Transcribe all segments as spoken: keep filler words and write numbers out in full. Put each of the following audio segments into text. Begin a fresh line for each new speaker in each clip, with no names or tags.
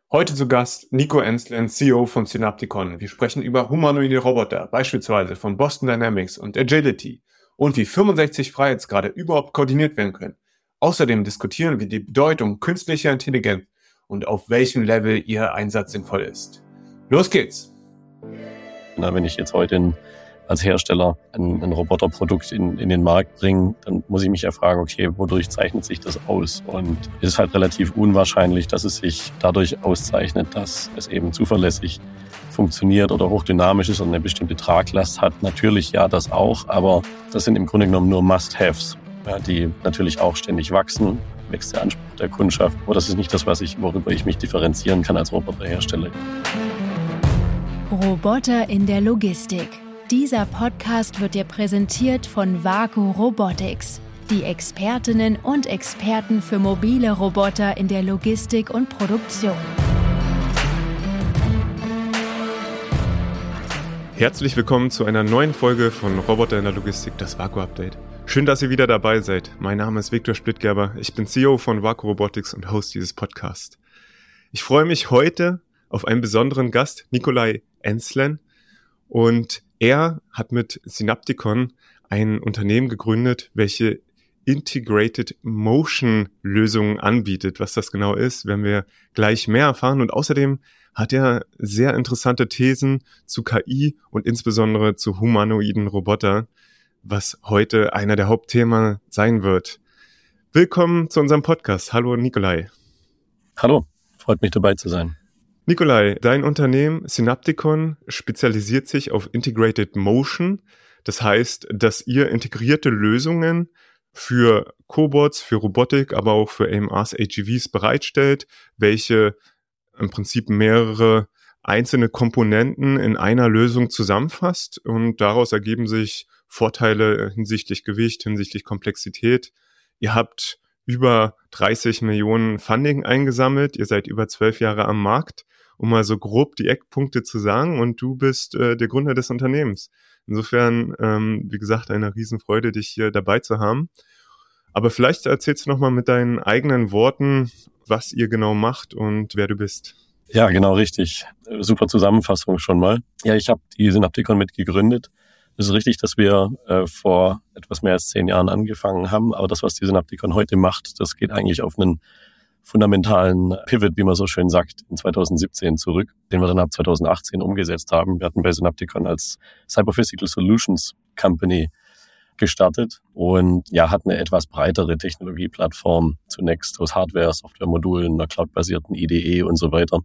Heute zu Gast Nico Enslen, C E O von Synapticon. Wir sprechen über humanoide Roboter, beispielsweise von Boston Dynamics und Agility und wie fünfundsechzig Freiheitsgrade überhaupt koordiniert werden können. Außerdem diskutieren wir die Bedeutung künstlicher Intelligenz und auf welchem Level ihr Einsatz sinnvoll ist. Los geht's!
Na, wenn ich jetzt heute in, als Hersteller ein, ein Roboterprodukt in, in den Markt bringe, dann muss ich mich ja fragen, okay, wodurch zeichnet sich das aus? Und es ist halt relativ unwahrscheinlich, dass es sich dadurch auszeichnet, dass es eben zuverlässig funktioniert oder hochdynamisch ist und eine bestimmte Traglast hat. Natürlich ja, das auch, aber das sind im Grunde genommen nur Must-Haves, ja, die natürlich auch ständig wachsen, wächst der Anspruch der Kundschaft. Aber das ist nicht das, was ich, worüber ich mich differenzieren kann als Roboterhersteller.
Roboter in der Logistik. Dieser Podcast wird dir präsentiert von Vaco Robotics, die Expertinnen und Experten für mobile Roboter in der Logistik und Produktion.
Herzlich willkommen zu einer neuen Folge von Roboter in der Logistik, das Vaco Update. Schön, dass ihr wieder dabei seid. Mein Name ist Viktor Splittgerber, ich bin C E O von Vaco Robotics und Host dieses Podcasts. Ich freue mich heute auf einen besonderen Gast, Nikolai Enslen, und er hat mit Synapticon ein Unternehmen gegründet, welche Integrated Motion Lösungen anbietet. Was das genau ist, werden wir gleich mehr erfahren. Und außerdem hat er sehr interessante Thesen zu K I und insbesondere zu humanoiden Robotern, was heute einer der Hauptthemen sein wird. Willkommen zu unserem Podcast. Hallo Nikolai.
Hallo, freut mich dabei zu sein.
Nikolai, dein Unternehmen Synapticon spezialisiert sich auf Integrated Motion. Das heißt, dass ihr integrierte Lösungen für Cobots, für Robotik, aber auch für A M Rs, A G Vs bereitstellt, welche im Prinzip mehrere einzelne Komponenten in einer Lösung zusammenfasst. Und daraus ergeben sich Vorteile hinsichtlich Gewicht, hinsichtlich Komplexität. Ihr habt über dreißig Millionen Funding eingesammelt. Ihr seid über zwölf Jahre am Markt, um mal so grob die Eckpunkte zu sagen. Und du bist äh, der Gründer des Unternehmens. Insofern, ähm, wie gesagt, eine Riesenfreude, dich hier dabei zu haben. Aber vielleicht erzählst du nochmal mit deinen eigenen Worten, was ihr genau macht und wer du bist.
Ja, genau, richtig. Super Zusammenfassung schon mal. Ja, ich habe die Synapticon mitgegründet. Es ist richtig, dass wir äh, vor etwas mehr als zehn Jahren angefangen haben, aber das, was die Synapticon heute macht, das geht eigentlich auf einen fundamentalen Pivot, wie man so schön sagt, in zweitausendsiebzehn zurück, den wir dann ab zweitausendachtzehn umgesetzt haben. Wir hatten bei Synapticon als Cyber-Physical Solutions Company gestartet und ja, hatten eine etwas breitere Technologieplattform, zunächst aus Hardware, Softwaremodulen, einer cloudbasierten I D E und so weiter,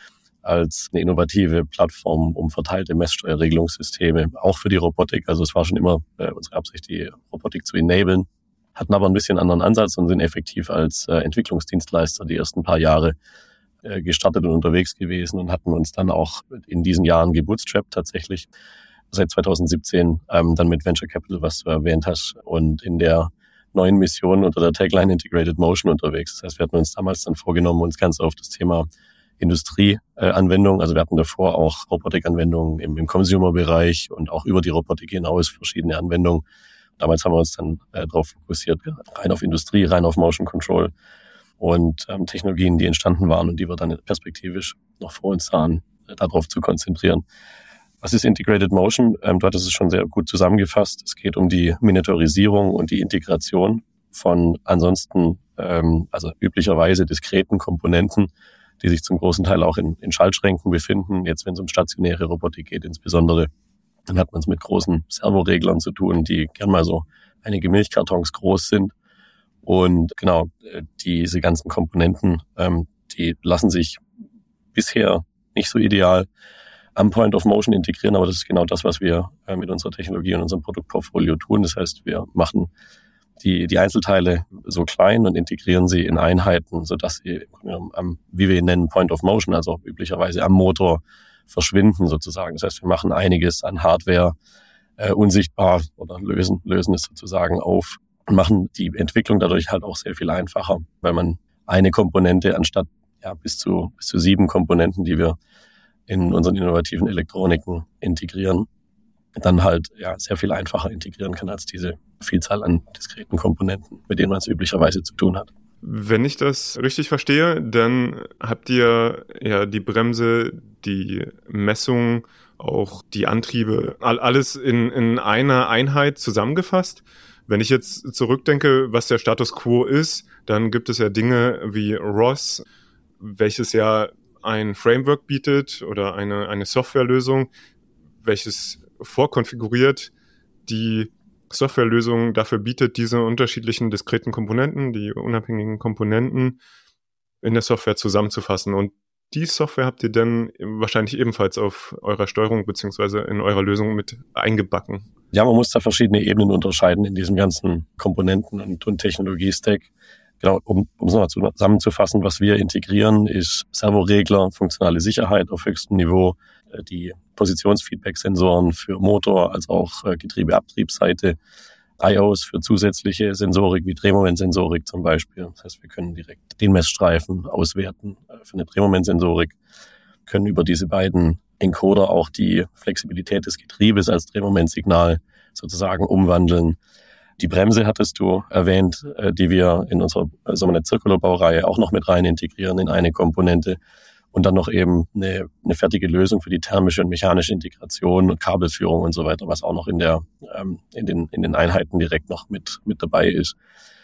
als eine innovative Plattform um verteilte Messsteuerregelungssysteme, auch für die Robotik. Also es war schon immer äh, unsere Absicht, die Robotik zu enablen, hatten aber ein bisschen anderen Ansatz und sind effektiv als äh, Entwicklungsdienstleister die ersten paar Jahre äh, gestartet und unterwegs gewesen und hatten uns dann auch in diesen Jahren gebootstrapped tatsächlich. Seit zweitausendsiebzehn ähm, dann mit Venture Capital, was du erwähnt hast, und in der neuen Mission unter der Tagline Integrated Motion unterwegs. Das heißt, wir hatten uns damals dann vorgenommen, uns ganz auf das Thema Industrieanwendungen, äh, also wir hatten davor auch Robotikanwendungen im, im Consumer-Bereich und auch über die Robotik hinaus verschiedene Anwendungen. Damals haben wir uns dann äh, darauf fokussiert, rein auf Industrie, rein auf Motion Control und ähm, Technologien, die entstanden waren und die wir dann perspektivisch noch vor uns sahen, äh, darauf zu konzentrieren. Was ist Integrated Motion? Ähm, du hattest es schon sehr gut zusammengefasst. Es geht um die Miniaturisierung und die Integration von ansonsten, ähm, also üblicherweise diskreten Komponenten, die sich zum großen Teil auch in, in Schaltschränken befinden. Jetzt, wenn es um stationäre Robotik geht insbesondere, dann hat man es mit großen Servoreglern zu tun, die gern mal so einige Milchkartons groß sind. Und genau, diese ganzen Komponenten, ähm, die lassen sich bisher nicht so ideal am Point of Motion integrieren, aber das ist genau das, was wir äh, mit unserer Technologie und unserem Produktportfolio tun. Das heißt, wir machen die, die Einzelteile so klein und integrieren sie in Einheiten, sodass sie am, wie wir ihn nennen, Point of Motion, also üblicherweise am Motor verschwinden sozusagen. Das heißt, wir machen einiges an Hardware äh, unsichtbar oder lösen, lösen es sozusagen auf und machen die Entwicklung dadurch halt auch sehr viel einfacher, weil man eine Komponente anstatt ja bis zu bis zu sieben Komponenten, die wir in unseren innovativen Elektroniken integrieren, dann halt ja sehr viel einfacher integrieren kann als diese Vielzahl an diskreten Komponenten, mit denen man es üblicherweise zu tun hat.
Wenn ich das richtig verstehe, dann habt ihr ja die Bremse, die Messung, auch die Antriebe, alles in, in einer Einheit zusammengefasst. Wenn ich jetzt zurückdenke, was der Status quo ist, dann gibt es ja Dinge wie R O S, welches ja ein Framework bietet oder eine, eine Softwarelösung, welches vorkonfiguriert die Softwarelösung dafür bietet, diese unterschiedlichen diskreten Komponenten, die unabhängigen Komponenten in der Software zusammenzufassen. Und die Software habt ihr dann wahrscheinlich ebenfalls auf eurer Steuerung beziehungsweise in eurer Lösung mit eingebacken.
Ja, man muss da verschiedene Ebenen unterscheiden in diesem ganzen Komponenten- und, und Technologie-Stack. Genau, um, um es nochmal zusammenzufassen, was wir integrieren, ist Servoregler, funktionale Sicherheit auf höchstem Niveau, die Positionsfeedback-Sensoren für Motor als auch Getriebeabtriebsseite, I Os für zusätzliche Sensorik wie Drehmomentsensorik zum Beispiel. Das heißt, wir können direkt den Messstreifen auswerten für eine Drehmomentsensorik, können über diese beiden Encoder auch die Flexibilität des Getriebes als Drehmomentsignal sozusagen umwandeln. Die Bremse hattest du erwähnt, die wir in unserer Sommernet Circular Baureihe auch noch mit rein integrieren in eine Komponente. Und dann noch eben eine, eine fertige Lösung für die thermische und mechanische Integration und Kabelführung und so weiter, was auch noch in der ähm, in den in den Einheiten direkt noch mit mit dabei ist.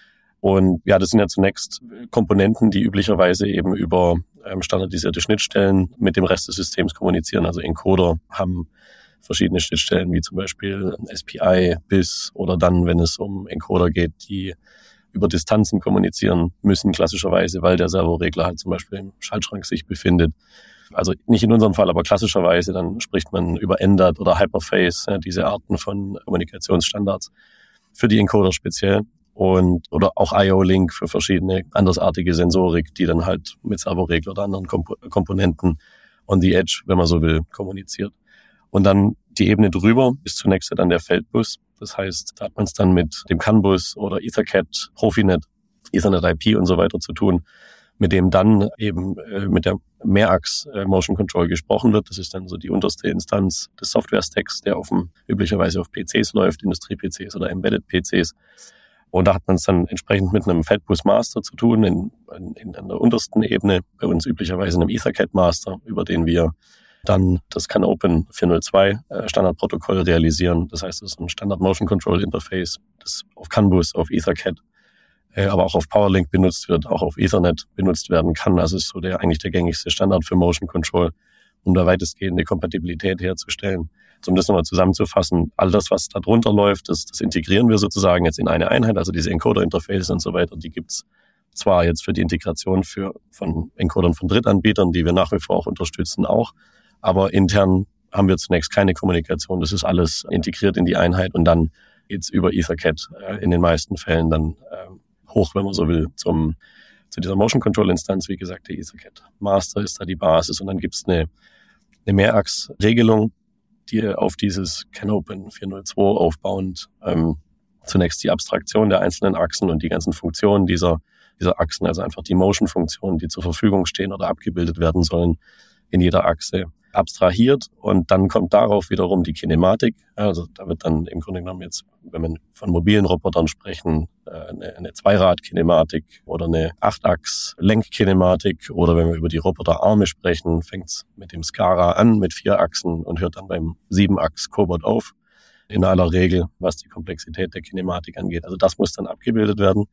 Und ja, das sind ja zunächst Komponenten, die üblicherweise eben über ähm, standardisierte Schnittstellen mit dem Rest des Systems kommunizieren. Also Encoder haben verschiedene Schnittstellen, wie zum Beispiel S P I, B I S oder dann, wenn es um Encoder geht, die über Distanzen kommunizieren müssen, klassischerweise, weil der Servoregler halt zum Beispiel im Schaltschrank sich befindet. Also nicht in unserem Fall, aber klassischerweise, dann spricht man über N D A T oder Hyperface, ja, diese Arten von Kommunikationsstandards für die Encoder speziell. Und oder auch I O-Link für verschiedene andersartige Sensorik, die dann halt mit Servoregler oder anderen Komp- Komponenten on the edge, wenn man so will, kommuniziert. Und dann die Ebene drüber ist zunächst dann der Feldbus. Das heißt, da hat man es dann mit dem CAN-Bus oder Ethercat, Profinet, Ethernet I P und so weiter zu tun, mit dem dann eben äh, mit der Mehrachs äh, Motion Control gesprochen wird. Das ist dann so die unterste Instanz des Software-Stacks, der auf dem, üblicherweise auf P Cs läuft, Industrie-P Cs oder Embedded-P Cs. Und da hat man es dann entsprechend mit einem Feldbus-Master zu tun, in, in, in der untersten Ebene, bei uns üblicherweise einem Ethercat-Master, über den wir dann das CAN-Open vier null zwei äh, Standardprotokoll realisieren. Das heißt, es ist ein Standard-Motion-Control-Interface, das auf CAN-Bus, auf Ethercat, äh, aber auch auf PowerLink benutzt wird, auch auf Ethernet benutzt werden kann. Also ist so der eigentlich der gängigste Standard für Motion Control, um da weitestgehende Kompatibilität herzustellen. Also um das nochmal zusammenzufassen, all das, was da drunter läuft, das, das integrieren wir sozusagen jetzt in eine Einheit. Also diese Encoder-Interfaces und so weiter, die gibt's zwar jetzt für die Integration für von Encodern von Drittanbietern, die wir nach wie vor auch unterstützen, auch. Aber intern haben wir zunächst keine Kommunikation. Das ist alles integriert in die Einheit und dann geht's über Ethercat äh, in den meisten Fällen dann äh, hoch, wenn man so will, zum zu dieser Motion Control Instanz. Wie gesagt, der Ethercat Master ist da die Basis und dann gibt's eine, eine Mehrachs-Regelung, die auf dieses CAN-Open vier null zwei aufbauend ähm, zunächst die Abstraktion der einzelnen Achsen und die ganzen Funktionen dieser dieser Achsen, also einfach die Motion-Funktionen, die zur Verfügung stehen oder abgebildet werden sollen in jeder Achse, abstrahiert und dann kommt darauf wiederum die Kinematik. Also da wird dann im Grunde genommen jetzt, wenn wir von mobilen Robotern sprechen, eine, eine Zweirad-Kinematik oder eine Achtachs-Lenkkinematik oder wenn wir über die Roboterarme sprechen, fängt es mit dem SCARA an mit vier Achsen und hört dann beim Siebenachs-Cobot auf. In aller Regel, was die Komplexität der Kinematik angeht. Also das muss dann abgebildet werden.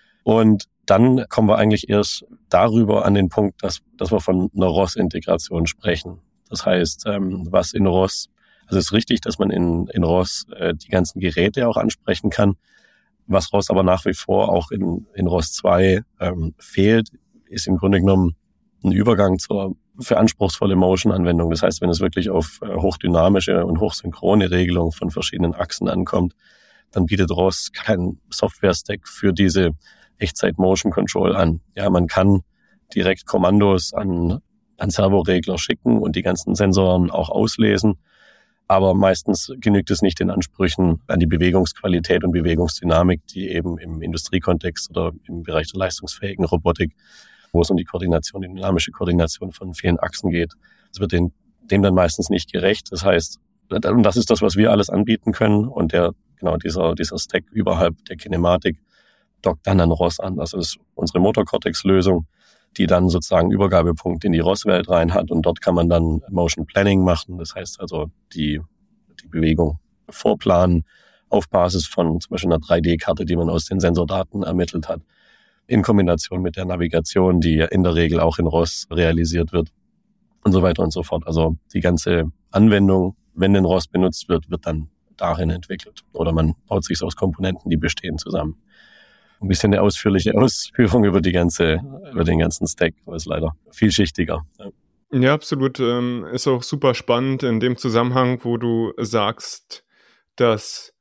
Und dann kommen wir eigentlich erst darüber an den Punkt, dass, dass wir von einer R O S-Integration sprechen. Das heißt, ähm, was in R O S, also es ist richtig, dass man in, in R O S äh, die ganzen Geräte auch ansprechen kann. Was R O S aber nach wie vor auch in, in R O S zwei ähm, fehlt, ist im Grunde genommen ein Übergang zur für anspruchsvolle Motion-Anwendung. Das heißt, wenn es wirklich auf äh, hochdynamische und hochsynchrone Regelung von verschiedenen Achsen ankommt, dann bietet R O S keinen Software-Stack für diese Echtzeit-Motion-Control an. Ja, man kann direkt Kommandos an, an Servoregler schicken und die ganzen Sensoren auch auslesen. Aber meistens genügt es nicht den Ansprüchen an die Bewegungsqualität und Bewegungsdynamik, die eben im Industriekontext oder im Bereich der leistungsfähigen Robotik, wo es um die Koordination, die dynamische Koordination von vielen Achsen geht. Es wird dem, dem dann meistens nicht gerecht. Das heißt, und das ist das, was wir alles anbieten können. Und der, genau dieser, dieser Stack überhalb der Kinematik dockt dann an R O S an. Das ist unsere Motor-Cortex-Lösung, die dann sozusagen Übergabepunkt in die R O S-Welt rein hat. Und dort kann man dann Motion Planning machen. Das heißt also die, die Bewegung vorplanen auf Basis von zum Beispiel einer drei D-Karte, die man aus den Sensordaten ermittelt hat, in Kombination mit der Navigation, die in der Regel auch in R O S realisiert wird und so weiter und so fort. Also die ganze Anwendung, wenn ein R O S benutzt wird, wird dann darin entwickelt. Oder man baut sich aus Komponenten, die bestehen, zusammen. Ein bisschen eine ausführliche Ausführung über die ganze, über den ganzen Stack, aber ist leider vielschichtiger. Ja,
ja absolut. Ähm, ist auch super spannend in dem Zusammenhang, wo du sagst, dass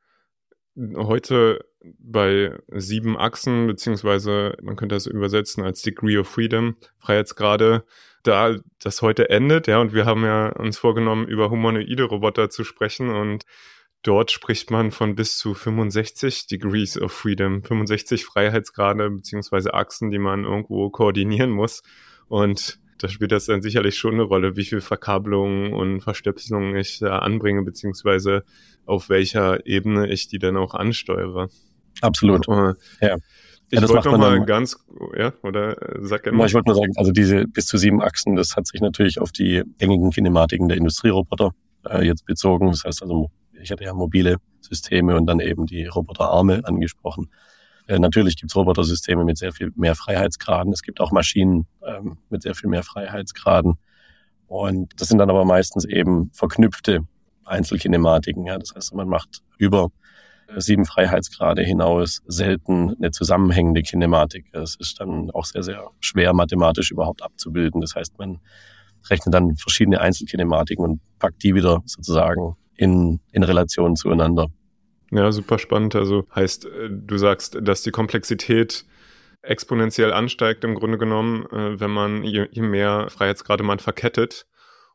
heute bei sieben Achsen, beziehungsweise man könnte das übersetzen als Degree of Freedom, Freiheitsgrade, da das heute endet, ja, und wir haben ja uns vorgenommen, über humanoide Roboter zu sprechen, und dort spricht man von bis zu fünfundsechzig Degrees of Freedom, fünfundsechzig Freiheitsgrade beziehungsweise Achsen, die man irgendwo koordinieren muss. Und da spielt das dann sicherlich schon eine Rolle, wie viel Verkabelungen und Verstöpselungen ich da anbringe, beziehungsweise auf welcher Ebene ich die dann auch ansteuere.
Absolut.
Und,
ja.
Ich
ja,
wollte noch mal dann, ganz, ja, oder sag gerne mal.
Ich wollte nur sagen, also diese bis zu sieben Achsen, das hat sich natürlich auf die gängigen Kinematiken der Industrieroboter äh, jetzt bezogen. Das heißt also, ich hatte ja mobile Systeme und dann eben die Roboterarme angesprochen. Äh, natürlich gibt es Robotersysteme mit sehr viel mehr Freiheitsgraden. Es gibt auch Maschinen ähm, mit sehr viel mehr Freiheitsgraden. Und das sind dann aber meistens eben verknüpfte Einzelkinematiken. Ja? Das heißt, man macht über sieben Freiheitsgrade hinaus selten eine zusammenhängende Kinematik. Das ist dann auch sehr, sehr schwer mathematisch überhaupt abzubilden. Das heißt, man rechnet dann verschiedene Einzelkinematiken und packt die wieder sozusagen in, in Relation zueinander.
Ja, super spannend. Also heißt, du sagst, dass die Komplexität exponentiell ansteigt im Grunde genommen, wenn man je, je mehr Freiheitsgrade man verkettet.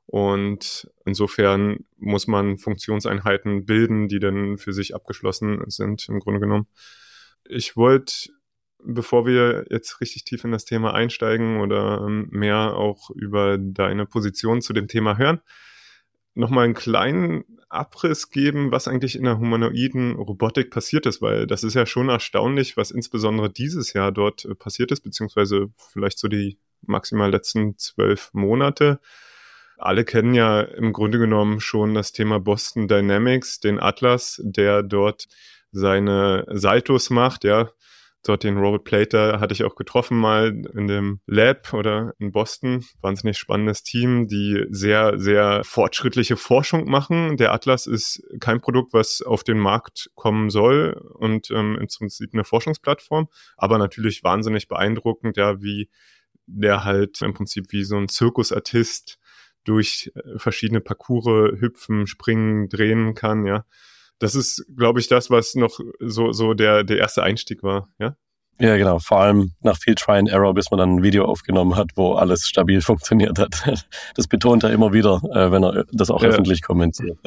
Und insofern muss man Funktionseinheiten bilden, die dann für sich abgeschlossen sind, im Grunde genommen. Ich wollte, bevor wir jetzt richtig tief in das Thema einsteigen oder mehr auch über deine Position zu dem Thema hören, nochmal einen kleinen Abriss geben, was eigentlich in der humanoiden Robotik passiert ist, weil das ist ja schon erstaunlich, was insbesondere dieses Jahr dort passiert ist, beziehungsweise vielleicht so die maximal letzten zwölf Monate. Alle kennen ja im Grunde genommen schon das Thema Boston Dynamics, den Atlas, der dort seine Saltos macht, ja. Dort den Robert Plater hatte ich auch getroffen mal in dem Lab oder in Boston. Wahnsinnig spannendes Team, die sehr, sehr fortschrittliche Forschung machen. Der Atlas ist kein Produkt, was auf den Markt kommen soll und ähm, im Prinzip eine Forschungsplattform, aber natürlich wahnsinnig beeindruckend, ja, wie der halt im Prinzip wie so ein Zirkusartist durch verschiedene Parcours hüpfen, springen, drehen kann, ja. Das ist, glaube ich, das, was noch so so der der erste Einstieg war, ja?
Ja, genau. Vor allem nach viel Try and Error, bis man dann ein Video aufgenommen hat, wo alles stabil funktioniert hat. Das betont er immer wieder, wenn er das auch ja. öffentlich kommentiert.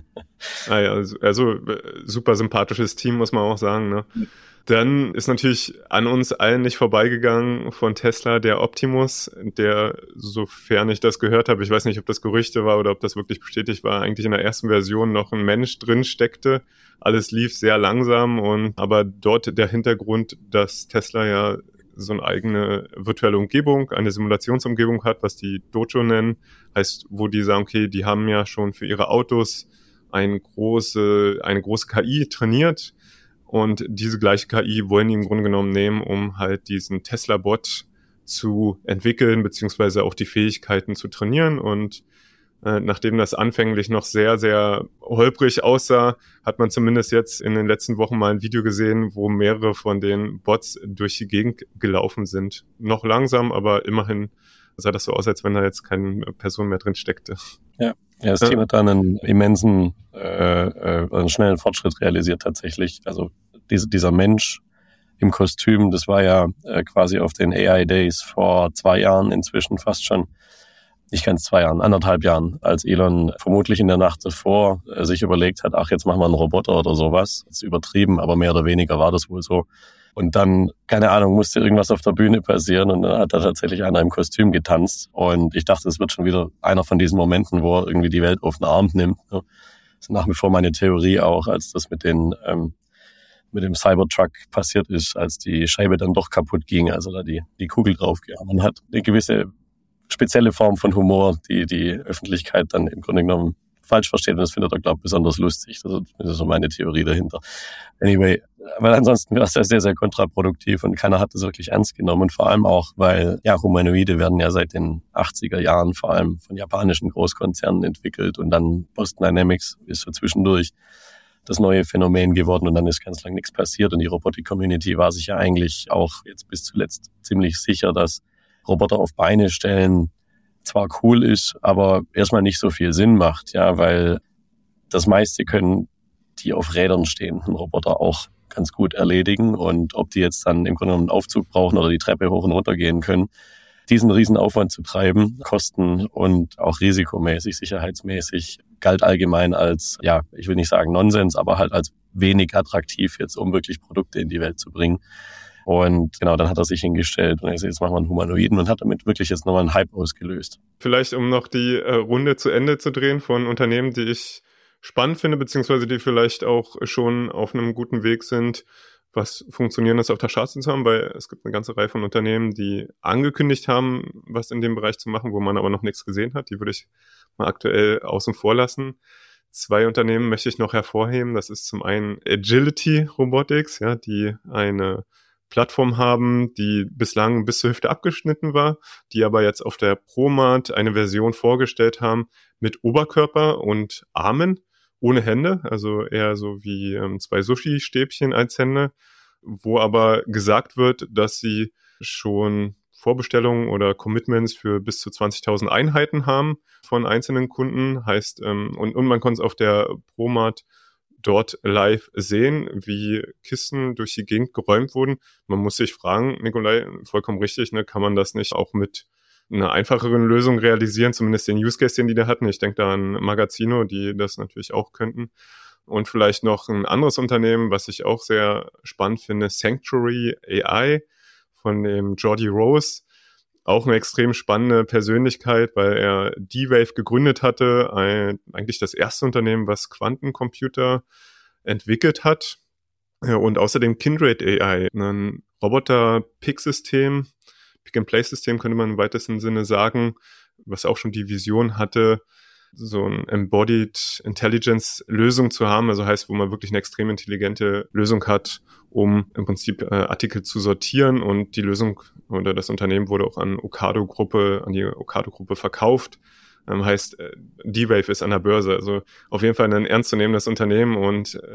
Ah ja, also, also super sympathisches Team, muss man auch sagen, ne? Dann ist natürlich an uns allen nicht vorbeigegangen von Tesla der Optimus, der, sofern ich das gehört habe, ich weiß nicht, ob das Gerüchte war oder ob das wirklich bestätigt war, eigentlich in der ersten Version noch ein Mensch drin steckte. Alles lief sehr langsam, und aber dort der Hintergrund, dass Tesla ja so eine eigene virtuelle Umgebung, eine Simulationsumgebung hat, was die Dojo nennen, heißt, wo die sagen, okay, die haben ja schon für ihre Autos eine große, eine große K I trainiert. Und diese gleiche K I wollen die im Grunde genommen nehmen, um halt diesen Tesla-Bot zu entwickeln, beziehungsweise auch die Fähigkeiten zu trainieren. Und äh, nachdem das anfänglich noch sehr, sehr holprig aussah, hat man zumindest jetzt in den letzten Wochen mal ein Video gesehen, wo mehrere von den Bots durch die Gegend gelaufen sind. Noch langsam, aber immerhin sah das so aus, als wenn da jetzt keine Person mehr drin steckte.
Ja. Ja, das Team hat dann einen immensen, äh, äh, einen schnellen Fortschritt realisiert tatsächlich. Also diese, dieser Mensch im Kostüm, das war ja äh, quasi auf den A I Days vor zwei Jahren inzwischen fast schon, nicht ganz zwei Jahren, anderthalb Jahren, als Elon vermutlich in der Nacht davor äh, sich überlegt hat, ach, jetzt machen wir einen Roboter oder sowas. Das ist übertrieben, aber mehr oder weniger war das wohl so. Und dann, keine Ahnung, musste irgendwas auf der Bühne passieren, und dann hat da tatsächlich einer im Kostüm getanzt. Und ich dachte, es wird schon wieder einer von diesen Momenten, wo er irgendwie die Welt auf den Arm nimmt. Das ist nach wie vor meine Theorie auch, als das mit den ähm, mit dem Cybertruck passiert ist, als die Scheibe dann doch kaputt ging, also da die, die Kugel draufgehauen hat. Eine gewisse spezielle Form von Humor, die die Öffentlichkeit dann im Grunde genommen falsch versteht. Und das findet er, glaube ich, besonders lustig. Das ist so meine Theorie dahinter. Anyway, weil ansonsten war es ja sehr, sehr kontraproduktiv und keiner hat das wirklich ernst genommen. Und vor allem auch, weil ja Humanoide werden ja seit den achtziger Jahren vor allem von japanischen Großkonzernen entwickelt und dann Boston Dynamics ist so zwischendurch das neue Phänomen geworden und dann ist ganz lang nichts passiert. Und die Robotik-Community war sich ja eigentlich auch jetzt bis zuletzt ziemlich sicher, dass Roboter auf Beine stellen zwar cool ist, aber erstmal nicht so viel Sinn macht, ja, weil das meiste können die auf Rädern stehenden Roboter auch ganz gut erledigen und ob die jetzt dann im Grunde genommen einen Aufzug brauchen oder die Treppe hoch und runter gehen können, diesen riesen Aufwand zu treiben, kosten und auch risikomäßig, sicherheitsmäßig, galt allgemein als, ja, ich will nicht sagen Nonsens, aber halt als wenig attraktiv jetzt, um wirklich Produkte in die Welt zu bringen. Und genau, dann hat er sich hingestellt und er sagt, jetzt machen wir einen Humanoiden und hat damit wirklich jetzt nochmal einen Hype ausgelöst.
Vielleicht, um noch die äh, Runde zu Ende zu drehen von Unternehmen, die ich spannend finde, beziehungsweise die vielleicht auch schon auf einem guten Weg sind, was Funktionierendes auf der Straße zu haben, weil es gibt eine ganze Reihe von Unternehmen, die angekündigt haben, was in dem Bereich zu machen, wo man aber noch nichts gesehen hat. Die würde ich mal aktuell außen vor lassen. Zwei Unternehmen möchte ich noch hervorheben. Das ist zum einen Agility Robotics, ja, die eine Plattform haben, die bislang bis zur Hüfte abgeschnitten war, die aber jetzt auf der ProMart eine Version vorgestellt haben mit Oberkörper und Armen ohne Hände, also eher so wie ähm, zwei Sushi-Stäbchen als Hände, wo aber gesagt wird, dass sie schon Vorbestellungen oder Commitments für bis zu zwanzigtausend Einheiten haben von einzelnen Kunden, heißt, ähm, und, und man konnte es auf der ProMart dort live sehen, wie Kisten durch die Gegend geräumt wurden. Man muss sich fragen, Nikolai, vollkommen richtig, ne, kann man das nicht auch mit einer einfacheren Lösung realisieren, zumindest den Use Case, den die da hatten. Ich denke da an Magazino, die das natürlich auch könnten. Und vielleicht noch ein anderes Unternehmen, was ich auch sehr spannend finde, Sanctuary A I von dem Jordi Rose. Auch eine extrem spannende Persönlichkeit, weil er D-Wave gegründet hatte, ein, eigentlich das erste Unternehmen, was Quantencomputer entwickelt hat. Ja, und außerdem Kindred A I, ein Roboter-Pick-System, Pick-and-Play-System könnte man im weitesten Sinne sagen, was auch schon die Vision hatte, so ein Embodied Intelligence-Lösung zu haben, also heißt, wo man wirklich eine extrem intelligente Lösung hat, um im Prinzip äh, Artikel zu sortieren, und die Lösung oder das Unternehmen wurde auch an Ocado-Gruppe, an die Ocado-Gruppe verkauft. Ähm, heißt, äh, D-Wave ist an der Börse, also auf jeden Fall ein ernstzunehmendes Unternehmen, und äh,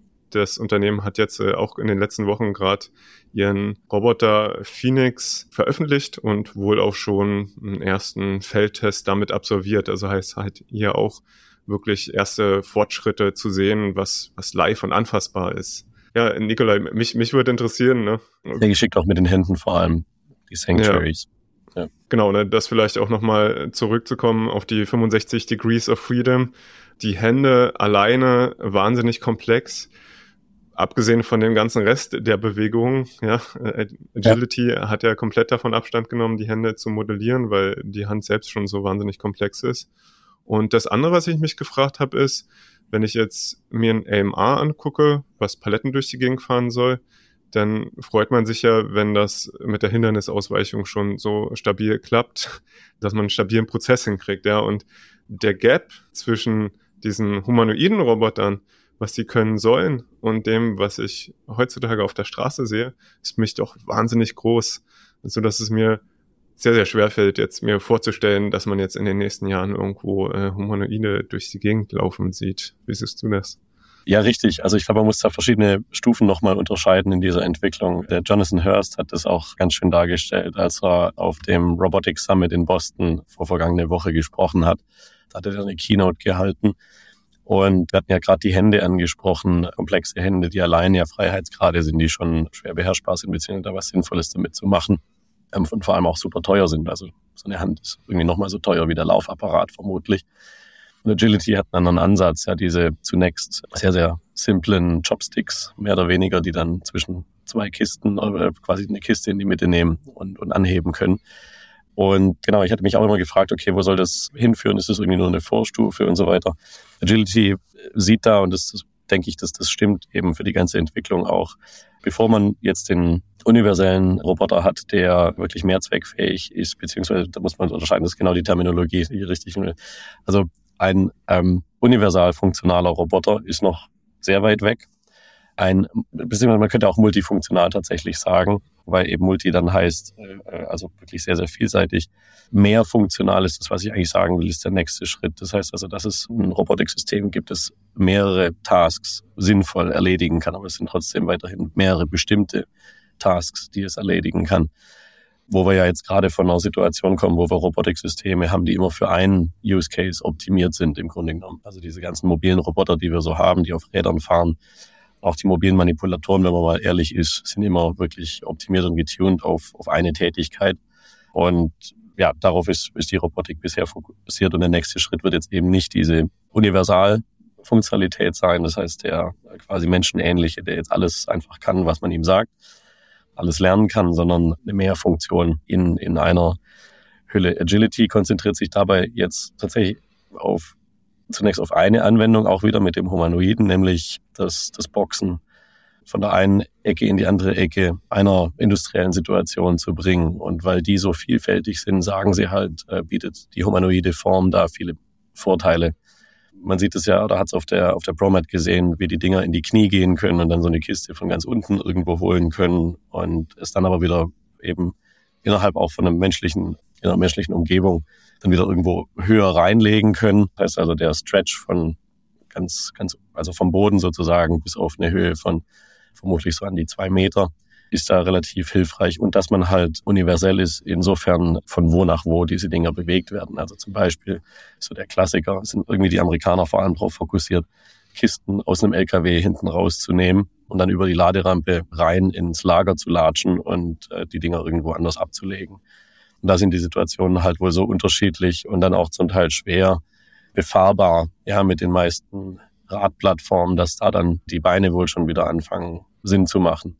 das Unternehmen hat jetzt äh, auch in den letzten Wochen gerade ihren Roboter Phoenix veröffentlicht und wohl auch schon einen ersten Feldtest damit absolviert. Also heißt halt hier auch wirklich erste Fortschritte zu sehen, was was live und anfassbar ist. Ja, Nikolai, mich mich würde interessieren, ne?
Sehr geschickt auch mit den Händen vor allem, die Sanctuaries. Ja. Ja.
Genau, ne, das vielleicht auch nochmal zurückzukommen auf die fünfundsechzig Degrees of Freedom. Die Hände alleine wahnsinnig komplex. Abgesehen von dem ganzen Rest der Bewegung, ja, Agility ja. hat ja komplett davon Abstand genommen, die Hände zu modellieren, weil die Hand selbst schon so wahnsinnig komplex ist. Und das andere, was ich mich gefragt habe, ist, wenn ich jetzt mir ein A M R angucke, was Paletten durch die Gegend fahren soll, dann freut man sich ja, wenn das mit der Hindernisausweichung schon so stabil klappt, dass man einen stabilen Prozess hinkriegt, ja. Und der Gap zwischen diesen humanoiden Robotern, was die können sollen, und dem, was ich heutzutage auf der Straße sehe, ist für mich doch wahnsinnig groß. So dass es mir sehr, sehr schwer fällt, jetzt mir vorzustellen, dass man jetzt in den nächsten Jahren irgendwo äh, Humanoide durch die Gegend laufen sieht. Wie siehst du das?
Ja, richtig. Also ich glaube, man muss da verschiedene Stufen nochmal unterscheiden in dieser Entwicklung. Der Jonathan Hurst hat das auch ganz schön dargestellt, als er auf dem Robotics Summit in Boston vor vergangene Woche gesprochen hat. Da hat er eine Keynote gehalten. Und wir hatten ja gerade die Hände angesprochen, komplexe Hände, die allein ja Freiheitsgrade sind, die schon schwer beherrschbar sind, beziehungsweise da was Sinnvolles damit zu machen. Und vor allem auch super teuer sind. Also so eine Hand ist irgendwie nochmal so teuer wie der Laufapparat vermutlich. Und Agility hat einen anderen Ansatz, ja, diese zunächst sehr, sehr simplen Chopsticks, mehr oder weniger, die dann zwischen zwei Kisten oder quasi eine Kiste in die Mitte nehmen und, und anheben können. Und genau, ich hatte mich auch immer gefragt, okay, wo soll das hinführen? Ist das irgendwie nur eine Vorstufe und so weiter? Agility sieht da, und das denke ich, dass das stimmt eben für die ganze Entwicklung auch. Bevor man jetzt den universellen Roboter hat, der wirklich mehrzweckfähig ist, beziehungsweise da muss man unterscheiden, das ist genau die Terminologie, die richtig. Also ein ähm, universal funktionaler Roboter ist noch sehr weit weg. Ein, beziehungsweise man könnte auch multifunktional tatsächlich sagen, weil eben Multi dann heißt, äh, also wirklich sehr, sehr vielseitig. Mehr funktional ist das, was ich eigentlich sagen will, ist der nächste Schritt. Das heißt also, dass es ein Robotiksystem gibt, das mehrere Tasks sinnvoll erledigen kann, aber es sind trotzdem weiterhin mehrere bestimmte Tasks, die es erledigen kann. Wo wir ja jetzt gerade von einer Situation kommen, wo wir Robotiksysteme haben, die immer für einen Use Case optimiert sind im Grunde genommen. Also diese ganzen mobilen Roboter, die wir so haben, die auf Rädern fahren, auch die mobilen Manipulatoren, wenn man mal ehrlich ist, sind immer wirklich optimiert und getuned auf, auf eine Tätigkeit. Und ja, darauf ist, ist die Robotik bisher fokussiert. Und der nächste Schritt wird jetzt eben nicht diese Universalfunktionalität sein. Das heißt, der quasi menschenähnliche, der jetzt alles einfach kann, was man ihm sagt, alles lernen kann, sondern eine Mehrfunktion in, in einer Hülle. Agility konzentriert sich dabei jetzt tatsächlich auf zunächst auf eine Anwendung, auch wieder mit dem Humanoiden, nämlich das, das Boxen von der einen Ecke in die andere Ecke einer industriellen Situation zu bringen. Und weil die so vielfältig sind, sagen sie halt, äh, bietet die humanoide Form da viele Vorteile. Man sieht es ja, oder hat es auf der, auf der ProMat gesehen, wie die Dinger in die Knie gehen können und dann so eine Kiste von ganz unten irgendwo holen können und es dann aber wieder eben innerhalb auch von einem menschlichen, in einer menschlichen Umgebung dann wieder irgendwo höher reinlegen können. Das heißt also, der Stretch von ganz, ganz, also vom Boden sozusagen bis auf eine Höhe von vermutlich so an die zwei Meter ist da relativ hilfreich. Und dass man halt universell ist, insofern von wo nach wo diese Dinger bewegt werden. Also zum Beispiel so der Klassiker, sind irgendwie die Amerikaner vor allem darauf fokussiert, Kisten aus einem L K W hinten rauszunehmen und dann über die Laderampe rein ins Lager zu latschen und äh, die Dinger irgendwo anders abzulegen. Und da sind die Situationen halt wohl so unterschiedlich und dann auch zum Teil schwer befahrbar, ja, mit den meisten Radplattformen, dass da dann die Beine wohl schon wieder anfangen, Sinn zu machen.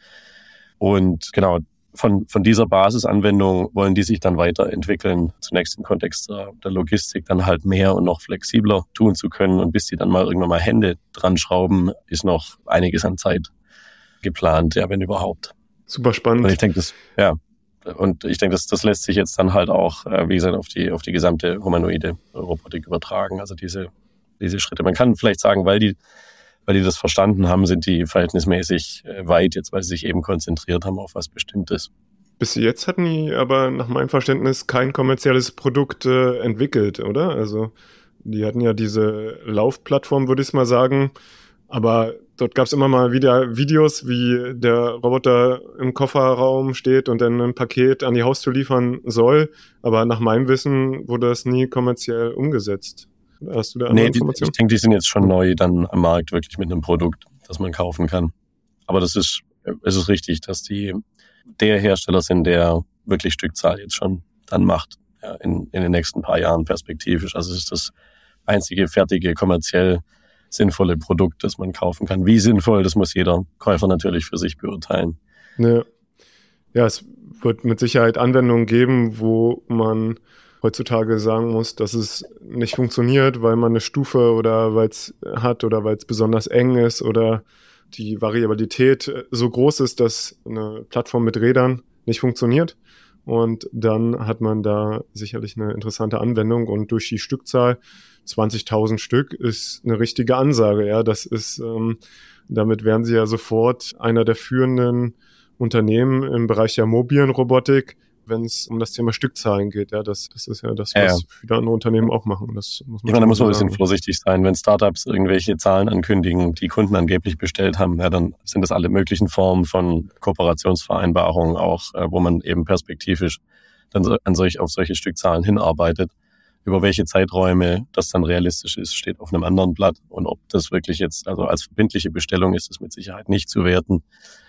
Und genau, von, von dieser Basisanwendung wollen die sich dann weiterentwickeln, zunächst im Kontext der, der Logistik dann halt mehr und noch flexibler tun zu können. Und bis die dann mal irgendwann mal Hände dran schrauben, ist noch einiges an Zeit geplant, ja, wenn überhaupt.
Super spannend.
Und ich denke, das, ja, und ich denke, das, das lässt sich jetzt dann halt auch, wie gesagt, auf die, auf die gesamte humanoide Robotik übertragen. Also diese, diese Schritte. Man kann vielleicht sagen, weil die, weil die das verstanden haben, sind die verhältnismäßig weit jetzt, weil sie sich eben konzentriert haben auf was Bestimmtes.
Bis jetzt hatten die aber nach meinem Verständnis kein kommerzielles Produkt äh, entwickelt, oder? Also die hatten ja diese Laufplattform, würde ich mal sagen, aber dort gab es immer mal wieder Videos, wie der Roboter im Kofferraum steht und dann ein Paket an die Haustür liefern soll, aber nach meinem Wissen wurde das nie kommerziell umgesetzt. Hast du da andere
nee,
Informationen?
Ich denke, die sind jetzt schon neu dann am Markt, wirklich mit einem Produkt, das man kaufen kann. Aber das ist, es ist richtig, dass die der Hersteller sind, der wirklich Stückzahl jetzt schon dann macht, ja, in, in den nächsten paar Jahren perspektivisch. Also es ist das einzige fertige, kommerziell sinnvolle Produkt, das man kaufen kann. Wie sinnvoll, das muss jeder Käufer natürlich für sich beurteilen.
Ja, ja, es wird mit Sicherheit Anwendungen geben, wo man heutzutage sagen muss, dass es nicht funktioniert, weil man eine Stufe oder weil es hat oder weil es besonders eng ist oder die Variabilität so groß ist, dass eine Plattform mit Rädern nicht funktioniert. Und dann hat man da sicherlich eine interessante Anwendung und durch die Stückzahl zwanzigtausend Stück ist eine richtige Ansage. Ja, das ist, ähm, damit wären sie ja sofort einer der führenden Unternehmen im Bereich der mobilen Robotik, wenn es um das Thema Stückzahlen geht. Ja, das, das ist ja das, was ja, ja. viele andere Unternehmen auch machen. Das muss man
ich meine, da muss man ein bisschen vorsichtig sein. Wenn Startups irgendwelche Zahlen ankündigen, die Kunden angeblich bestellt haben, ja, dann sind das alle möglichen Formen von Kooperationsvereinbarungen auch, äh, wo man eben perspektivisch dann so, an solch, auf solche Stückzahlen hinarbeitet. Über welche Zeiträume das dann realistisch ist, steht auf einem anderen Blatt. Und ob das wirklich jetzt, also als verbindliche Bestellung ist, ist mit Sicherheit nicht zu werten.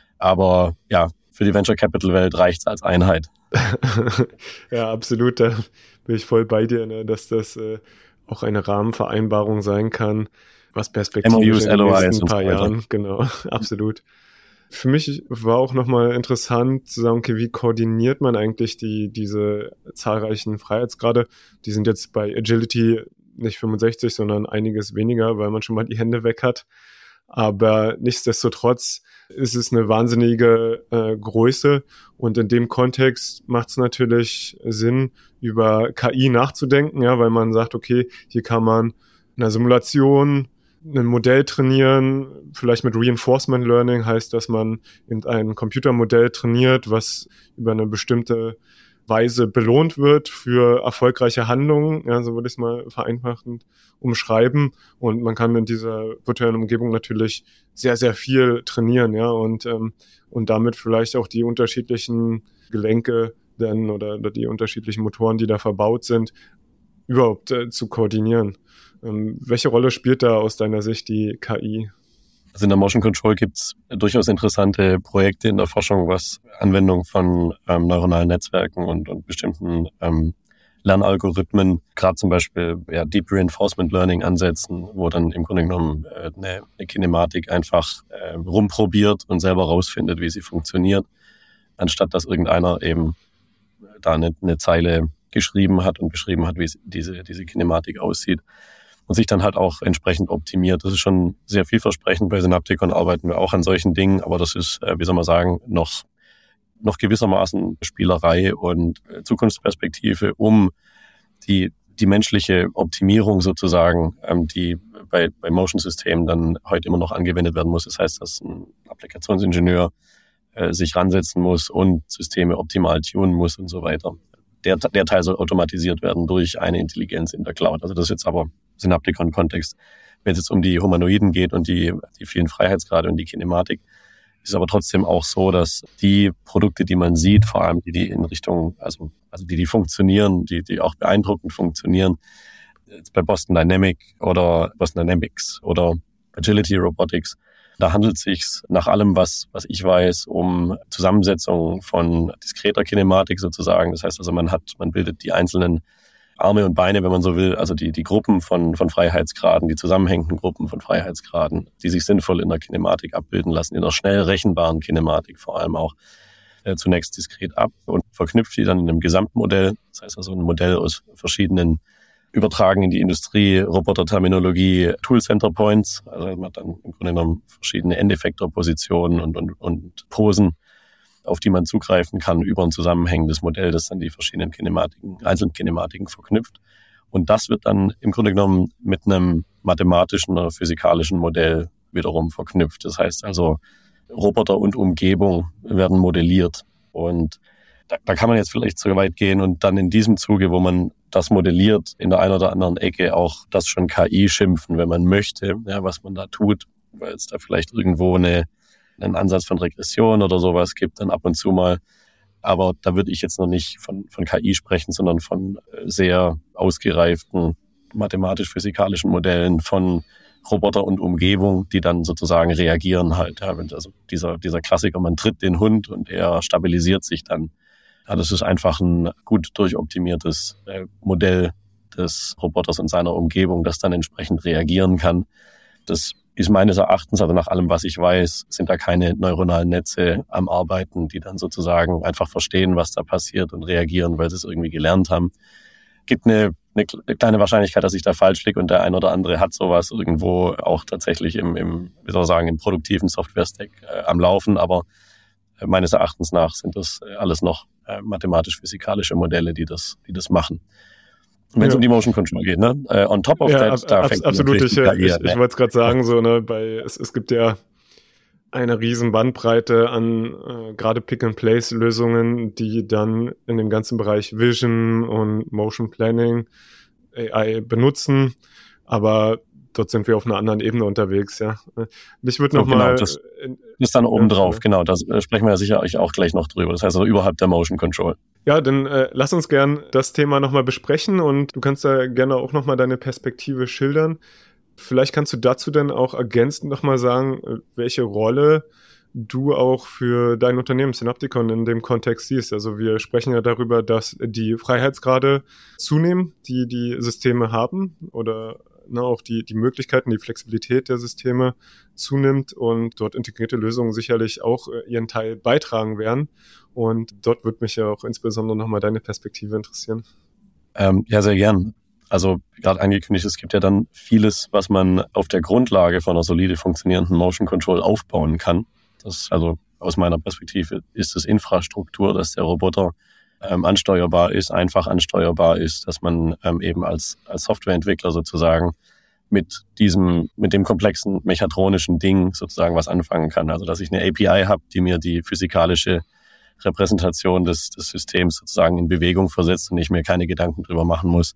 Aber ja, für die Venture Capital Welt reicht es als Einheit.
Ja, absolut. Da bin ich voll bei dir, ne, dass das äh, auch eine Rahmenvereinbarung sein kann, was perspektivisch in den nächsten paar Jahren, genau, absolut. Für mich war auch nochmal interessant zu sagen, okay, wie koordiniert man eigentlich die diese zahlreichen Freiheitsgrade? Die sind jetzt bei Agility nicht fünfundsechzig, sondern einiges weniger, weil man schon mal die Hände weg hat. Aber nichtsdestotrotz ist es eine wahnsinnige äh, Größe und in dem Kontext macht es natürlich Sinn, über K I nachzudenken, ja, weil man sagt, okay, hier kann man in einer Simulation ein Modell trainieren, vielleicht mit Reinforcement Learning heißt, dass man in ein Computermodell trainiert, was über eine bestimmte Weise belohnt wird für erfolgreiche Handlungen, ja, so würde ich es mal vereinfachend umschreiben. Und man kann in dieser virtuellen Umgebung natürlich sehr, sehr viel trainieren, ja, und ähm, und damit vielleicht auch die unterschiedlichen Gelenke denn oder, oder die unterschiedlichen Motoren, die da verbaut sind, überhaupt äh, zu koordinieren. Ähm, welche Rolle spielt da aus deiner Sicht die K I?
Also in der Motion Control gibt's durchaus interessante Projekte in der Forschung, was Anwendung von ähm, neuronalen Netzwerken und, und bestimmten ähm, Lernalgorithmen, gerade zum Beispiel ja, Deep Reinforcement Learning ansetzen, wo dann im Grunde genommen äh, eine, eine Kinematik einfach äh, rumprobiert und selber rausfindet, wie sie funktioniert, anstatt dass irgendeiner eben da eine, eine Zeile geschrieben hat und beschrieben hat, wie diese, diese Kinematik aussieht. Und sich dann halt auch entsprechend optimiert. Das ist schon sehr vielversprechend. Bei Synapticon arbeiten wir auch an solchen Dingen, aber das ist, wie soll man sagen, noch, noch gewissermaßen Spielerei und Zukunftsperspektive, um die, die menschliche Optimierung sozusagen, die bei, bei Motion-Systemen dann heute immer noch angewendet werden muss. Das heißt, dass ein Applikationsingenieur sich ransetzen muss und Systeme optimal tunen muss und so weiter. Der, der Teil soll automatisiert werden durch eine Intelligenz in der Cloud. Also das ist jetzt aber Synapticon-Kontext. Wenn es jetzt um die Humanoiden geht und die, die vielen Freiheitsgrade und die Kinematik, ist es aber trotzdem auch so, dass die Produkte, die man sieht, vor allem die, die in Richtung, also, also die, die funktionieren, die, die auch beeindruckend funktionieren, jetzt bei Boston Dynamic oder Boston Dynamics oder Agility Robotics, da handelt es sich nach allem, was, was ich weiß, um Zusammensetzung von diskreter Kinematik sozusagen. Das heißt also, man hat, man bildet die einzelnen Arme und Beine, wenn man so will, also die, die Gruppen von, von Freiheitsgraden, die zusammenhängenden Gruppen von Freiheitsgraden, die sich sinnvoll in der Kinematik abbilden lassen, in der schnell rechenbaren Kinematik vor allem auch äh, zunächst diskret ab und verknüpft die dann in einem Gesamtmodell. Das heißt also ein Modell aus verschiedenen übertragen in die Industrie, Roboter-Terminologie, Tool-Center-Points, also man hat dann im Grunde genommen verschiedene Endeffektor-Positionen und, und, und Posen, auf die man zugreifen kann über ein zusammenhängendes Modell, das dann die verschiedenen Kinematiken, einzelnen Kinematiken verknüpft. Und das wird dann im Grunde genommen mit einem mathematischen oder physikalischen Modell wiederum verknüpft. Das heißt also, Roboter und Umgebung werden modelliert. Und da, da kann man jetzt vielleicht so weit gehen und dann in diesem Zuge, wo man das modelliert, in der einen oder anderen Ecke auch das schon K I schimpfen, wenn man möchte, ja, was man da tut, weil es da vielleicht irgendwo eine, einen Ansatz von Regression oder sowas gibt, dann ab und zu mal. Aber da würde ich jetzt noch nicht von, von K I sprechen, sondern von sehr ausgereiften mathematisch-physikalischen Modellen von Roboter und Umgebung, die dann sozusagen reagieren halt. Ja, also dieser, dieser Klassiker, man tritt den Hund und er stabilisiert sich dann. Ja, das ist einfach ein gut durchoptimiertes äh, Modell des Roboters und seiner Umgebung, das dann entsprechend reagieren kann. Das ist meines Erachtens, also nach allem, was ich weiß, sind da keine neuronalen Netze am Arbeiten, die dann sozusagen einfach verstehen, was da passiert und reagieren, weil sie es irgendwie gelernt haben. Gibt eine, eine kleine Wahrscheinlichkeit, dass ich da falsch liege und der ein oder andere hat sowas irgendwo auch tatsächlich im, im wie soll ich sagen, im produktiven Software-Stack äh, am Laufen, aber äh, meines Erachtens nach sind das äh, alles noch äh, mathematisch-physikalische Modelle, die das, die das machen. Wenn es ja um die Motion Control geht, ne? Uh, on top of
ja,
that, da
ab,
fängt
absolut. Ich,
K I
ich,
an,
ich
ne?
wollte es gerade sagen, so, ne, bei, es, es gibt ja eine riesen Bandbreite an äh, gerade Pick-and-Place-Lösungen, die dann in dem ganzen Bereich Vision und Motion Planning A I benutzen, aber dort sind wir auf einer anderen Ebene unterwegs, ja. Ich würde
so,
noch mal...
Genau, das ist dann oben drauf, ja, genau, da sprechen wir ja sicher auch gleich noch drüber. Das heißt also überhalb der Motion Control.
Ja, dann äh, lass uns gern das Thema nochmal besprechen und du kannst da gerne auch nochmal deine Perspektive schildern. Vielleicht kannst du dazu dann auch ergänzend nochmal sagen, welche Rolle du auch für dein Unternehmen Synapticon in dem Kontext siehst. Also wir sprechen ja darüber, dass die Freiheitsgrade zunehmen, die die Systeme haben oder ne, auch die, die Möglichkeiten, die Flexibilität der Systeme zunimmt und dort integrierte Lösungen sicherlich auch ihren Teil beitragen werden. Und dort würde mich ja auch insbesondere nochmal deine Perspektive interessieren.
Ähm, ja, sehr gern. Also gerade angekündigt, es gibt ja dann vieles, was man auf der Grundlage von einer solide funktionierenden Motion Control aufbauen kann. Das also aus meiner Perspektive ist es Infrastruktur, dass der Roboter ähm, ansteuerbar ist, einfach ansteuerbar ist, dass man ähm, eben als als Softwareentwickler sozusagen mit diesem, mit dem komplexen mechatronischen Ding sozusagen was anfangen kann. Also dass ich eine A P I habe, die mir die physikalische Repräsentation des, des Systems sozusagen in Bewegung versetzt und ich mir keine Gedanken drüber machen muss,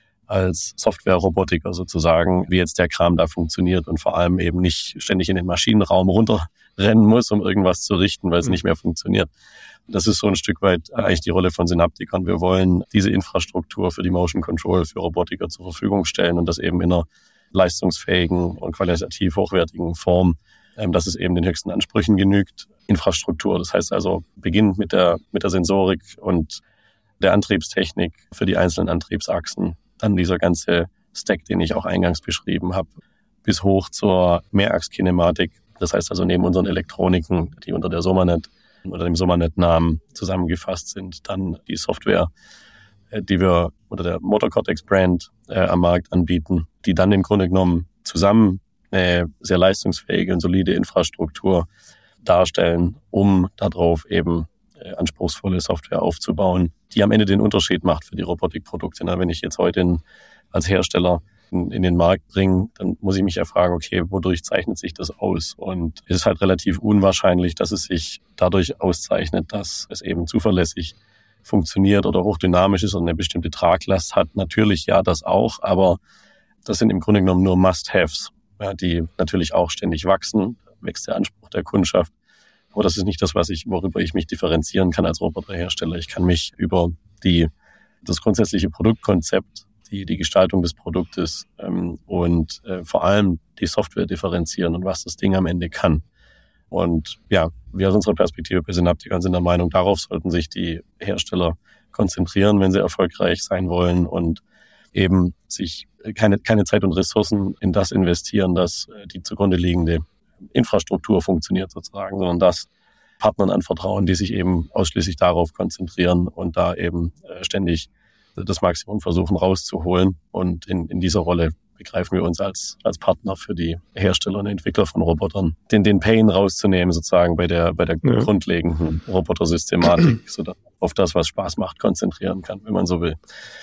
als Software-Robotiker sozusagen, wie jetzt der Kram da funktioniert und vor allem eben nicht ständig in den Maschinenraum runterrennen muss, um irgendwas zu richten, weil es mhm. nicht mehr funktioniert. Das ist so ein Stück weit eigentlich die Rolle von Synapticon. Wir wollen diese Infrastruktur für die Motion Control für Robotiker zur Verfügung stellen und das eben in einer leistungsfähigen und qualitativ hochwertigen Form, dass es eben den höchsten Ansprüchen genügt. Infrastruktur, das heißt also beginnend mit der, mit der Sensorik und der Antriebstechnik für die einzelnen Antriebsachsen. Dann dieser ganze Stack, den ich auch eingangs beschrieben habe, bis hoch zur Mehrachskinematik. Das heißt also neben unseren Elektroniken, die unter der Somanet oder dem Somanet-Namen zusammengefasst sind, dann die Software, die wir unter der Motor Cortex-Brand äh, am Markt anbieten, die dann im Grunde genommen zusammen eine sehr leistungsfähige und solide Infrastruktur darstellen, um darauf eben äh, anspruchsvolle Software aufzubauen, die am Ende den Unterschied macht für die Robotikprodukte. Na, wenn ich jetzt heute in, als Hersteller in, in den Markt bringe, dann muss ich mich ja fragen, okay, wodurch zeichnet sich das aus? Und es ist halt relativ unwahrscheinlich, dass es sich dadurch auszeichnet, dass es eben zuverlässig funktioniert oder hochdynamisch ist und eine bestimmte Traglast hat. Natürlich ja, das auch, aber das sind im Grunde genommen nur Must-Haves, ja, die natürlich auch ständig wachsen, wächst der Anspruch der Kundschaft. Aber das ist nicht das, was ich, worüber ich mich differenzieren kann als Roboterhersteller. Ich kann mich über die, das grundsätzliche Produktkonzept, die, die Gestaltung des Produktes ähm, und äh, vor allem die Software differenzieren und was das Ding am Ende kann. Und ja, wir aus unserer Perspektive bei Synapticon sind der Meinung, darauf sollten sich die Hersteller konzentrieren, wenn sie erfolgreich sein wollen und eben sich keine, keine Zeit und Ressourcen in das investieren, dass die zugrunde liegende Infrastruktur funktioniert sozusagen, sondern das Partnern anvertrauen, die sich eben ausschließlich darauf konzentrieren und da eben ständig das Maximum versuchen rauszuholen. Und in, in dieser Rolle begreifen wir uns als, als Partner für die Hersteller und Entwickler von Robotern, den, den Pain rauszunehmen sozusagen bei der, bei der ja. grundlegenden Robotersystematik, sodass man auf das, was Spaß macht, konzentrieren kann, wenn man so will.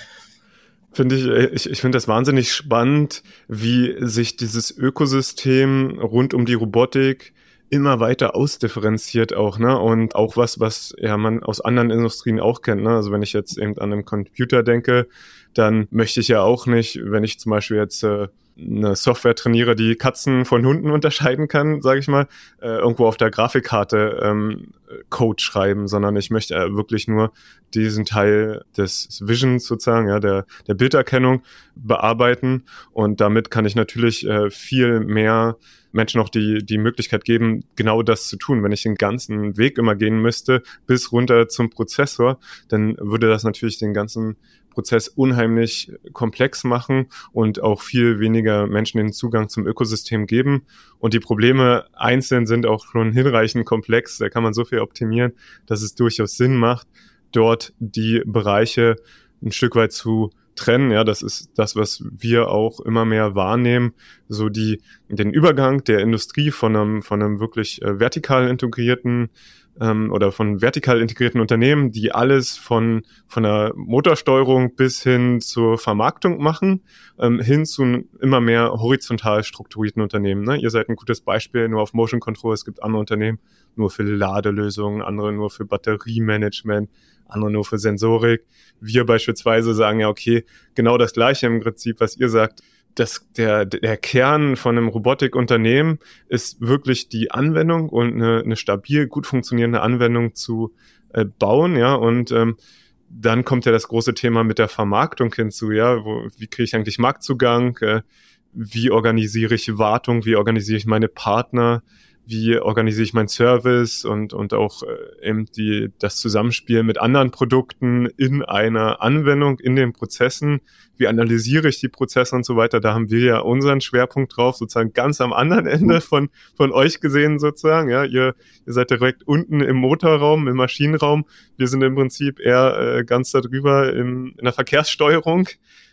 Finde ich, ich, ich finde das wahnsinnig spannend, wie sich dieses Ökosystem rund um die Robotik immer weiter ausdifferenziert auch, ne? Und auch was, was ja man aus anderen Industrien auch kennt, ne? Also wenn ich jetzt eben an einen Computer denke, dann möchte ich ja auch nicht, wenn ich zum Beispiel jetzt äh, eine Software trainiere, die Katzen von Hunden unterscheiden kann, sage ich mal, äh, irgendwo auf der Grafikkarte ähm, Code schreiben, sondern ich möchte äh, wirklich nur diesen Teil des Visions sozusagen, ja, der der Bilderkennung bearbeiten und damit kann ich natürlich äh, viel mehr Menschen auch die die Möglichkeit geben, genau das zu tun. Wenn ich den ganzen Weg immer gehen müsste, bis runter zum Prozessor, dann würde das natürlich den ganzen Prozess unheimlich komplex machen und auch viel weniger Menschen den Zugang zum Ökosystem geben. Und die Probleme einzeln sind auch schon hinreichend komplex. Da kann man so viel optimieren, dass es durchaus Sinn macht, dort die Bereiche ein Stück weit zu trennen. Ja, das ist das, was wir auch immer mehr wahrnehmen. So die, den Übergang der Industrie von einem, von einem wirklich äh, vertikal integrierten ähm, oder von vertikal integrierten Unternehmen, die alles von, von der Motorsteuerung bis hin zur Vermarktung machen, ähm, hin zu immer mehr horizontal strukturierten Unternehmen. Ne? Ihr seid ein gutes Beispiel, nur auf Motion Control. Es gibt andere Unternehmen nur für Ladelösungen, andere nur für Batteriemanagement, andere nur für Sensorik. Wir beispielsweise sagen ja, okay, genau das Gleiche im Prinzip, was ihr sagt. Das, der, der Kern von einem Robotikunternehmen ist wirklich die Anwendung und eine, eine stabil, gut funktionierende Anwendung zu äh, bauen, ja, und ähm, dann kommt ja das große Thema mit der Vermarktung hinzu, ja, wo, wie kriege ich eigentlich Marktzugang, äh, wie organisiere ich Wartung, wie organisiere ich meine Partner, wie organisiere ich meinen Service und und auch äh, eben die das Zusammenspiel mit anderen Produkten in einer Anwendung, in den Prozessen, wie analysiere ich die Prozesse und so weiter. Da haben wir ja unseren Schwerpunkt drauf, sozusagen ganz am anderen Ende von von euch gesehen sozusagen. Ja, ihr ihr seid direkt unten im Motorraum, im Maschinenraum. Wir sind im Prinzip eher äh, ganz darüber im, in der Verkehrssteuerung.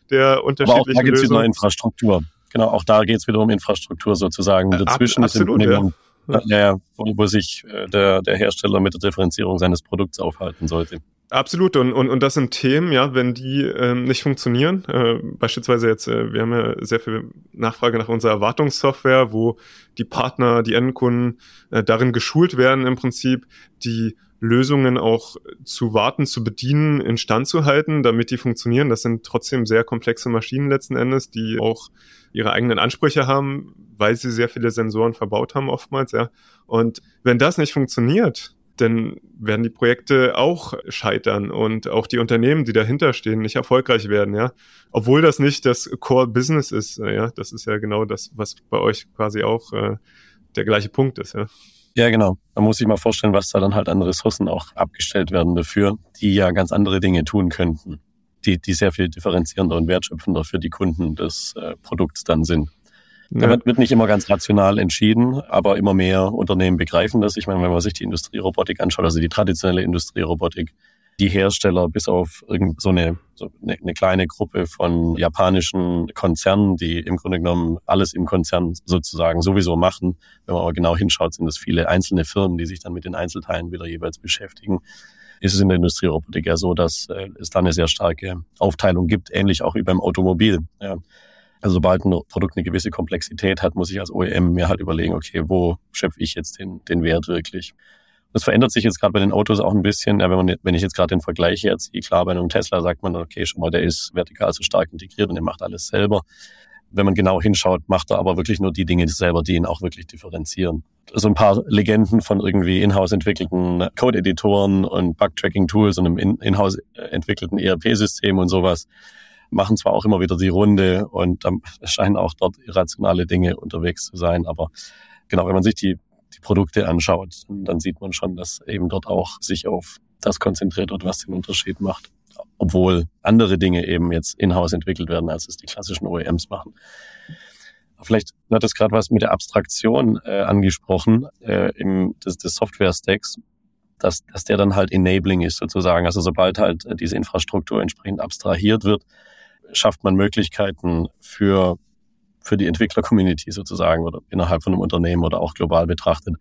der unterschiedlichen Lösungen.
Aber auch da gibt es wieder Infrastruktur. Genau, auch da geht es wieder um Infrastruktur sozusagen. Dazwischen
Ab, absolut,
ist
ja.
Ja, wo, wo sich der, der Hersteller mit der Differenzierung seines Produkts aufhalten sollte.
Absolut. Und, und, und das sind Themen, ja, wenn die ähm, nicht funktionieren. Äh, beispielsweise jetzt, äh, wir haben ja sehr viel Nachfrage nach unserer Erwartungssoftware, wo die Partner, die Endkunden äh, darin geschult werden, im Prinzip die Lösungen auch zu warten, zu bedienen, instand zu halten, damit die funktionieren. Das sind trotzdem sehr komplexe Maschinen letzten Endes, die auch ihre eigenen Ansprüche haben, weil sie sehr viele Sensoren verbaut haben oftmals, ja. Und wenn das nicht funktioniert, dann werden die Projekte auch scheitern und auch die Unternehmen, die dahinter stehen, nicht erfolgreich werden, ja. Obwohl das nicht das Core-Business ist, ja. Das ist ja genau das, was bei euch quasi auch äh, der gleiche Punkt ist, ja.
Ja, genau. Man muss sich mal vorstellen, was da dann halt an Ressourcen auch abgestellt werden dafür, die ja ganz andere Dinge tun könnten, die, die sehr viel differenzierender und wertschöpfender für die Kunden des äh, Produkts dann sind. Ja. Da wird, wird nicht immer ganz rational entschieden, aber immer mehr Unternehmen begreifen das. Ich meine, wenn man sich die Industrierobotik anschaut, also die traditionelle Industrierobotik, die Hersteller bis auf irgend so eine, so eine, eine kleine Gruppe von japanischen Konzernen, die im Grunde genommen alles im Konzern sozusagen sowieso machen. Wenn man aber genau hinschaut, sind es viele einzelne Firmen, die sich dann mit den Einzelteilen wieder jeweils beschäftigen. Ist es in der Industrierobotik ja so, dass äh, es da eine sehr starke Aufteilung gibt, ähnlich auch wie beim Automobil. Ja. Also sobald ein Produkt eine gewisse Komplexität hat, muss ich als O E M mir halt überlegen, okay, wo schöpfe ich jetzt den, den Wert wirklich? Das verändert sich jetzt gerade bei den Autos auch ein bisschen. Ja, wenn man, wenn ich jetzt gerade den Vergleich herziehe, klar, bei einem Tesla sagt man, okay, schon mal, der ist vertikal so stark integriert und der macht alles selber. Wenn man genau hinschaut, macht er aber wirklich nur die Dinge selber, die ihn auch wirklich differenzieren. So ein paar Legenden von irgendwie in-house entwickelten Code-Editoren und Bug-Tracking-Tools und einem in-house entwickelten E R P-System und sowas machen zwar auch immer wieder die Runde und dann scheinen auch dort irrationale Dinge unterwegs zu sein, aber genau, wenn man sich die die Produkte anschaut, dann sieht man schon, dass eben dort auch sich auf das konzentriert wird, was den Unterschied macht. Obwohl andere Dinge eben jetzt in-house entwickelt werden, als es die klassischen O E Ms machen. Vielleicht hat das gerade was mit der Abstraktion äh, angesprochen, äh, im, des, des Software-Stacks, dass, dass der dann halt enabling ist sozusagen. Also sobald halt äh, diese Infrastruktur entsprechend abstrahiert wird, schafft man Möglichkeiten für für die Entwickler-Community sozusagen oder innerhalb von einem Unternehmen oder auch global betrachtet.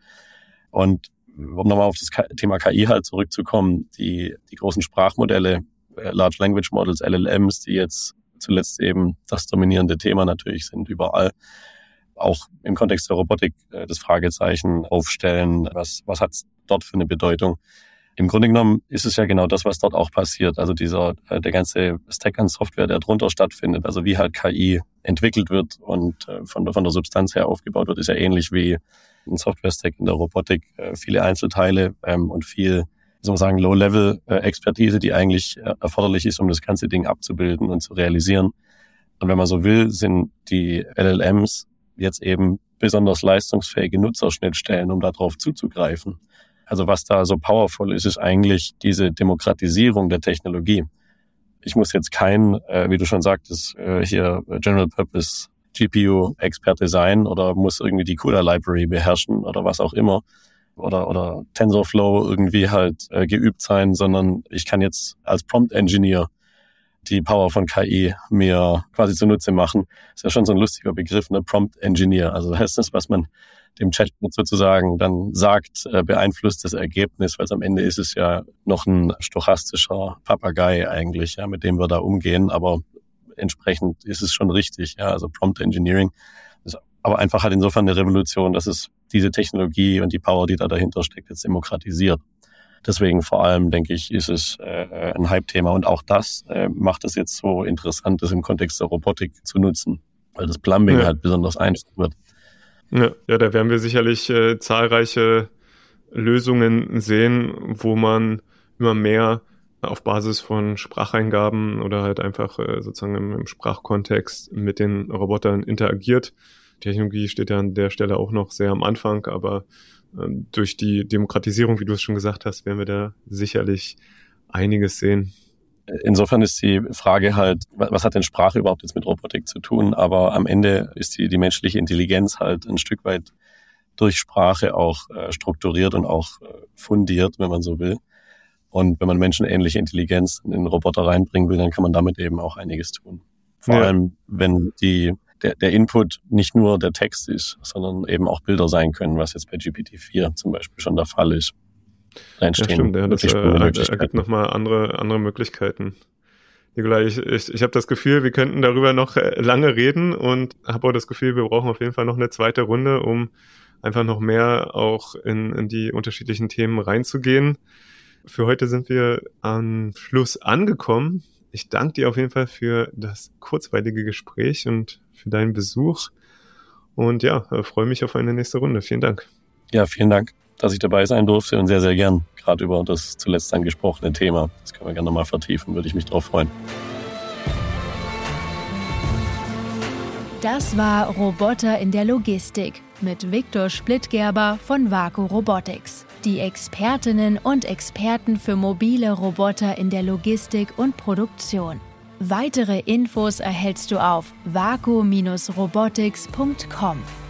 Und um nochmal auf das Thema K I halt zurückzukommen, die, die großen Sprachmodelle, Large Language Models, L L Ms, die jetzt zuletzt eben das dominierende Thema natürlich sind überall, auch im Kontext der Robotik das Fragezeichen aufstellen, was, was hat es dort für eine Bedeutung? Im Grunde genommen ist es ja genau das, was dort auch passiert. Also dieser, der ganze Stack an Software, der drunter stattfindet, also wie halt K I entwickelt wird und von der, von der Substanz her aufgebaut wird, ist ja ähnlich wie ein Software-Stack in der Robotik. Viele Einzelteile ähm, und viel, wie soll man sagen, Low-Level-Expertise, die eigentlich erforderlich ist, um das ganze Ding abzubilden und zu realisieren. Und wenn man so will, sind die L L Ms jetzt eben besonders leistungsfähige Nutzerschnittstellen, um darauf zuzugreifen. Also was da so powerful ist, ist eigentlich diese Demokratisierung der Technologie. Ich muss jetzt kein, äh, wie du schon sagtest, äh, hier General Purpose G P U-Experte sein oder muss irgendwie die CUDA Library beherrschen oder was auch immer oder oder TensorFlow irgendwie halt äh, geübt sein, sondern ich kann jetzt als Prompt Engineer die Power von K I mir quasi zunutze machen. Ist ja schon so ein lustiger Begriff, ne? Prompt Engineer. Also das heißt das, was man dem Chatbot sozusagen dann sagt, äh, beeinflusst das Ergebnis, weil am Ende ist es ja noch ein stochastischer Papagei eigentlich, ja, mit dem wir da umgehen, aber entsprechend ist es schon richtig, ja, also Prompt Engineering ist aber einfach halt insofern eine Revolution, dass es diese Technologie und die Power, die da dahinter steckt, jetzt demokratisiert. Deswegen vor allem, denke ich, ist es äh, ein Hype-Thema und auch das äh, macht es jetzt so interessant, das im Kontext der Robotik zu nutzen, weil das Plumbing ja. halt besonders einfach wird.
Ja, ja, da werden wir sicherlich äh, zahlreiche Lösungen sehen, wo man immer mehr auf Basis von Spracheingaben oder halt einfach äh, sozusagen im, im Sprachkontext mit den Robotern interagiert. Die Technologie steht ja an der Stelle auch noch sehr am Anfang, aber ähm, durch die Demokratisierung, wie du es schon gesagt hast, werden wir da sicherlich einiges sehen.
Insofern ist die Frage halt, was hat denn Sprache überhaupt jetzt mit Robotik zu tun? Aber am Ende ist die, die menschliche Intelligenz halt ein Stück weit durch Sprache auch äh, strukturiert und auch äh, fundiert, wenn man so will. Und wenn man menschenähnliche Intelligenz in den Roboter reinbringen will, dann kann man damit eben auch einiges tun. Vor
ja.
allem, wenn die, der, der Input nicht nur der Text ist, sondern eben auch Bilder sein können, was jetzt bei G P T vier zum Beispiel schon der Fall ist. Da entstehen
ja, stimmt. Ja, das
wirklich
äh, ergibt nochmal andere, andere Möglichkeiten. Nikolai, ich, ich, ich habe das Gefühl, wir könnten darüber noch lange reden und habe auch das Gefühl, wir brauchen auf jeden Fall noch eine zweite Runde, um einfach noch mehr auch in, in die unterschiedlichen Themen reinzugehen. Für heute sind wir am Schluss angekommen. Ich danke dir auf jeden Fall für das kurzweilige Gespräch und für deinen Besuch. Und ja, freue mich auf eine nächste Runde. Vielen Dank.
Ja, vielen Dank, dass ich dabei sein durfte und sehr, sehr gern, gerade über das zuletzt angesprochene Thema. Das können wir gerne nochmal vertiefen, würde ich mich drauf freuen.
Das war Roboter in der Logistik mit Viktor Splittgerber von Vaco Robotics. Die Expertinnen und Experten für mobile Roboter in der Logistik und Produktion. Weitere Infos erhältst du auf vaco Bindestrich robotics Punkt com.